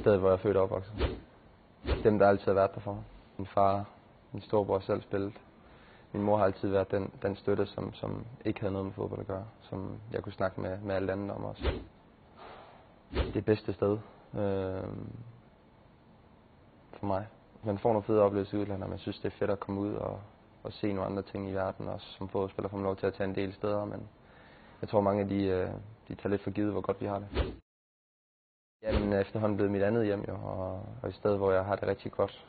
stedet, hvor jeg er født og opvokset. Dem, der altid har været der for mig. Min far, min storebror selv spillet. Min mor har altid været den støtte, som ikke havde noget med fodbold at gøre. Som jeg kunne snakke med alle andre om også. Det bedste sted for mig. Man får nogle fede oplevelser i udlandet, og man synes, det er fedt at komme ud og se nogle andre ting i verden. Også som fodboldspiller får man lov til at tage en del steder, men jeg tror mange af de tager lidt for givet, hvor godt vi har det. Jamen efterhånden blevet mit andet hjem jo, og et sted, hvor jeg har det rigtig godt.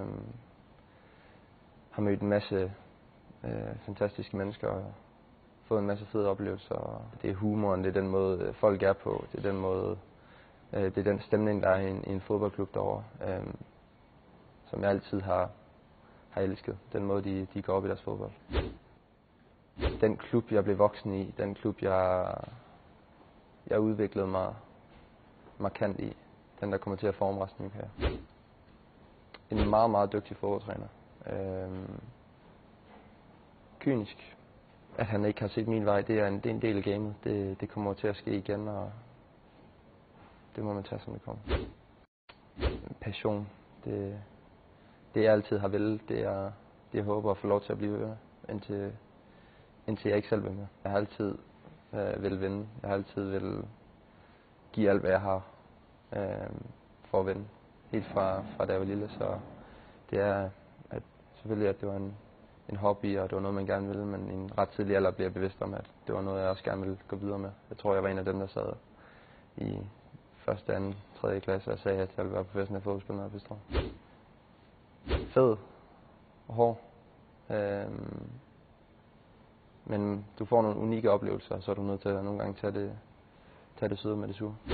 Har mødt en masse fantastiske mennesker og fået en masse fede oplevelser. Og det er humoren, det er den måde folk er på, det er den måde, det er den stemning, der er i en fodboldklub derovre, som jeg altid har elsket. Den måde, de går op i deres fodbold. Den klub, jeg blev voksen i, den klub, jeg udviklede mig markant i, den der kommer til at forme resten af min karriere. En meget, meget dygtig fodboldtræner. Kynisk. At han ikke har set min vej, det er en del af gamet. Det kommer til at ske igen, og det må man tage, som det kommer. Passion. Det jeg altid har villet, det jeg håber at få lov til at blive ved, indtil jeg ikke selv vil med. Jeg har altid vil vinde. Jeg har altid vil give alt, hvad jeg har for at vinde. Helt fra da jeg var lille, så det er selvfølgelig, at det var en hobby, og det var noget, man gerne ville, men i en ret tidlig alder blev jeg bevidst om, at det var noget, jeg også gerne ville gå videre med. Jeg tror, jeg var en af dem, der sad i 1., 2., 3. klasse og sagde, at jeg ville være professionel fodboldspiller, når jeg blev stor. Fed og hård. Men du får nogle unikke oplevelser, så er du nødt til at nogle gange tage det søde med det sure.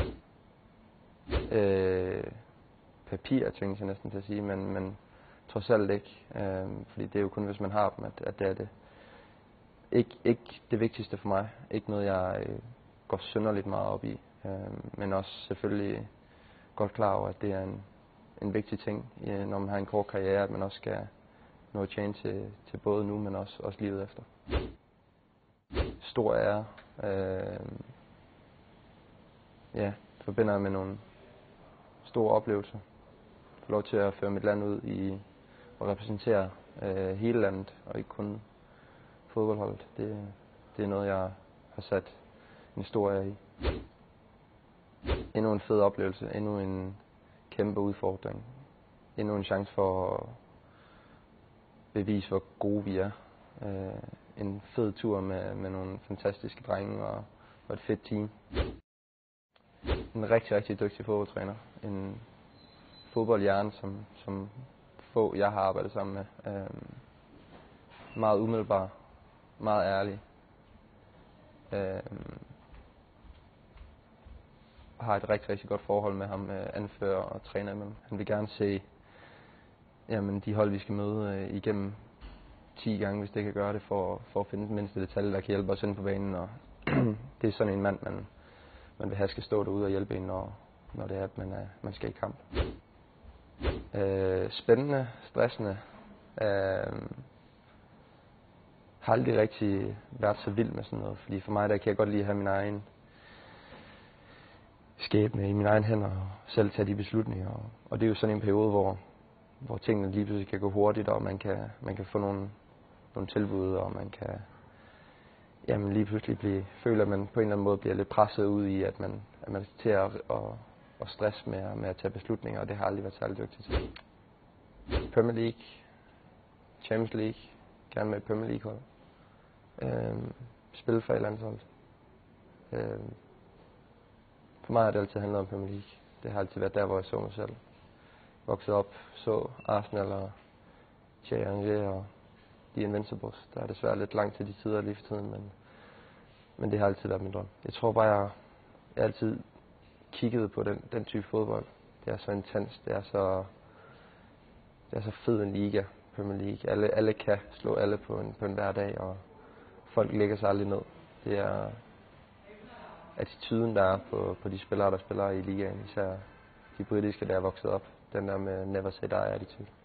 Papir, tvinges jeg næsten til at sige, men trods alt ikke. Fordi det er jo kun, hvis man har dem, at det er det. Ikke det vigtigste for mig. Ikke noget, jeg går synderligt meget op i. Men også selvfølgelig godt klar over, at det er en vigtig ting, når man har en kort karriere, at man også skal nå at tjene til både nu, men også livet efter. Stor ære. Ja, forbinder jeg med nogle store oplevelser. Få lov til at føre mit land ud i og repræsentere hele landet, og ikke kun fodboldholdet. Det er noget, jeg har sat en stor ære i. Endnu en fed oplevelse, endnu en kæmpe udfordring. Endnu en chance for at bevise, hvor gode vi er. En fed tur med nogle fantastiske drenge og et fedt team. En rigtig, rigtig dygtig fodboldtræner. En fodboldhjerne, som få jeg har arbejdet sammen med. Meget umiddelbar, meget ærlig. Har et rigtig, rigtig godt forhold med ham, anfører og træner imellem. Han vil gerne se de hold, vi skal møde igennem 10 gange, hvis det kan gøre det, for at finde den mindste detalje, der kan hjælpe os ind på banen. Og det er sådan en mand, man vil have skal stå derude og hjælpe en, når det er, at man skal i kamp. Spændende, stressende. Har aldrig rigtig været så vild med sådan noget, fordi for mig der kan jeg godt lide at have min egen skæbne i mine egne hænder og selv tage de beslutninger. Og det er jo sådan en periode, hvor tingene lige pludselig kan gå hurtigt, og man kan få nogle tilbud, og man kan lige pludselig føle, at man på en eller anden måde bliver lidt presset ud i, at man skal til at stresse med at tage beslutninger, og det har jeg aldrig været særlig dygtig til. Premier League, Champions League, gerne med Premier League hold. Spille for et landshold. For mig har det altid handlet om Premier League. Det har altid været der, hvor jeg så mig selv. Vokset op, så Arsenal og Thierry og The Invincibles. Der er desværre lidt langt til de tider lige for tiden, men det har altid været min drøm. Jeg tror bare, jeg altid kiggede på den type fodbold. Det er så intens, det er så fed en liga, Premier League. Alle kan slå alle på en hver dag, og folk lægger sig aldrig ned. Det er attituden, der er på de spillere, der spiller i ligaen, især de britiske, der er vokset op. Den der med never say die attitude.